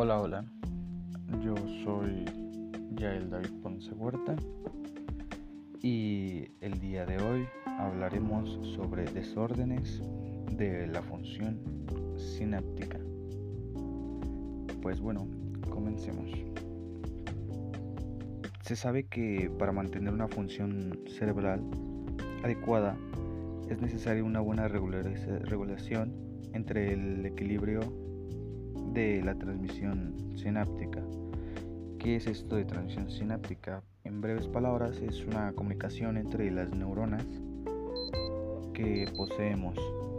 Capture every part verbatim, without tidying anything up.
Hola, hola, yo soy Yael David Ponce Huerta y el día de hoy hablaremos sobre desórdenes de la función sináptica. Pues bueno, comencemos. Se sabe que para mantener una función cerebral adecuada es necesaria una buena regulación entre el equilibrio de la transmisión sináptica. ¿Qué es esto de transmisión sináptica? En breves palabras, es una comunicación entre las neuronas que poseemos.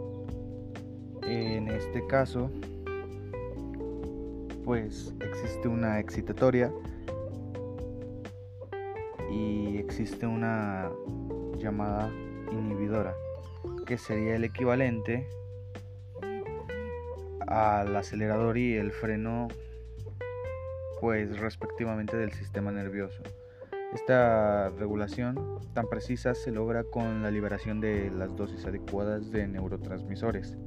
En este caso, pues existe una excitatoria y existe una llamada inhibidora, que sería el equivalente al acelerador y el freno, pues respectivamente, del sistema nervioso. Esta regulación tan precisa se logra con la liberación de las dosis adecuadas de neurotransmisores.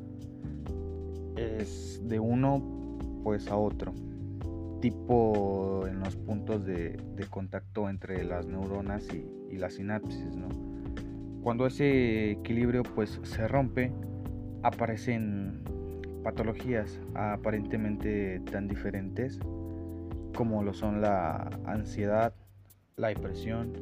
Es de uno pues a otro, tipo en los puntos de, de contacto entre las neuronas y, y la sinapsis, ¿no? Cuando ese equilibrio pues se rompe, aparecen patologías aparentemente tan diferentes como lo son la ansiedad, la depresión,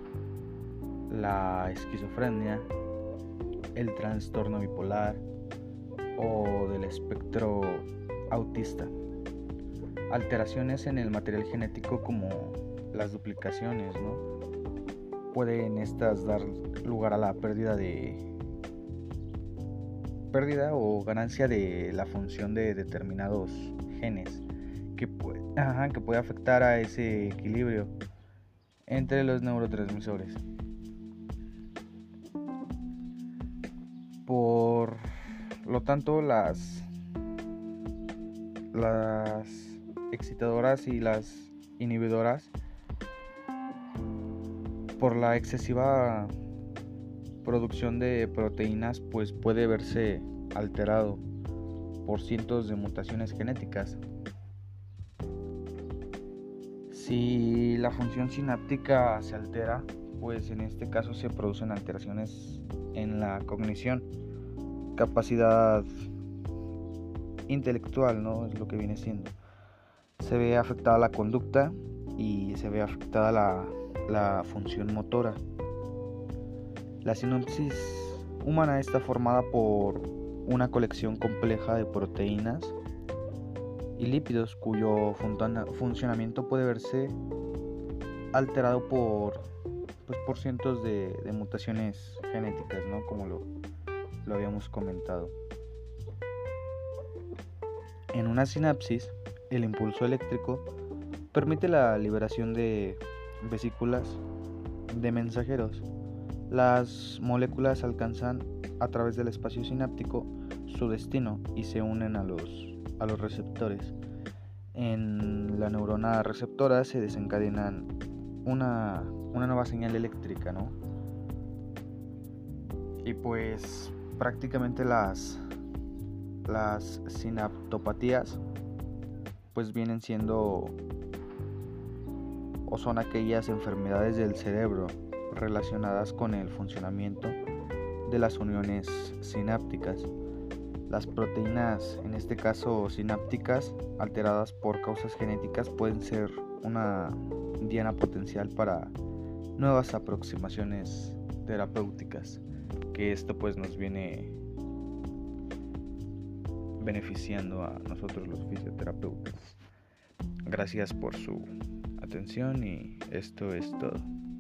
la esquizofrenia, el trastorno bipolar o del espectro autista. Alteraciones en el material genético como las duplicaciones, ¿no? Pueden estas dar lugar a la pérdida de pérdida o ganancia de la función de determinados genes que puede, ajá, que puede afectar a ese equilibrio entre los neurotransmisores. Por lo tanto, las las excitadoras y las inhibidoras, por la excesiva producción de proteínas, pues puede verse alterado por cientos de mutaciones genéticas. Si la función sináptica se altera, pues en este caso se producen alteraciones en la cognición, capacidad intelectual, ¿no? Es lo que viene siendo. Se ve afectada la conducta y se ve afectada la, la función motora. La sinapsis humana está formada por una colección compleja de proteínas y lípidos cuyo funcionamiento puede verse alterado por, pues, por cientos de, de mutaciones genéticas, ¿no? Como lo, lo habíamos comentado. En una sinapsis, el impulso eléctrico permite la liberación de vesículas de mensajeros. Las moléculas alcanzan a través del espacio sináptico su destino y se unen a los, a los receptores. En la neurona receptora se desencadenan una, una nueva señal eléctrica, ¿no? Y pues prácticamente las, las sinaptopatías pues vienen siendo o son aquellas enfermedades del cerebro relacionadas con el funcionamiento de las uniones sinápticas. Las proteínas, en este caso sinápticas, alteradas por causas genéticas, pueden ser una diana potencial para nuevas aproximaciones terapéuticas, que esto pues nos viene beneficiando a nosotros los fisioterapeutas. Gracias por su atención y esto es todo.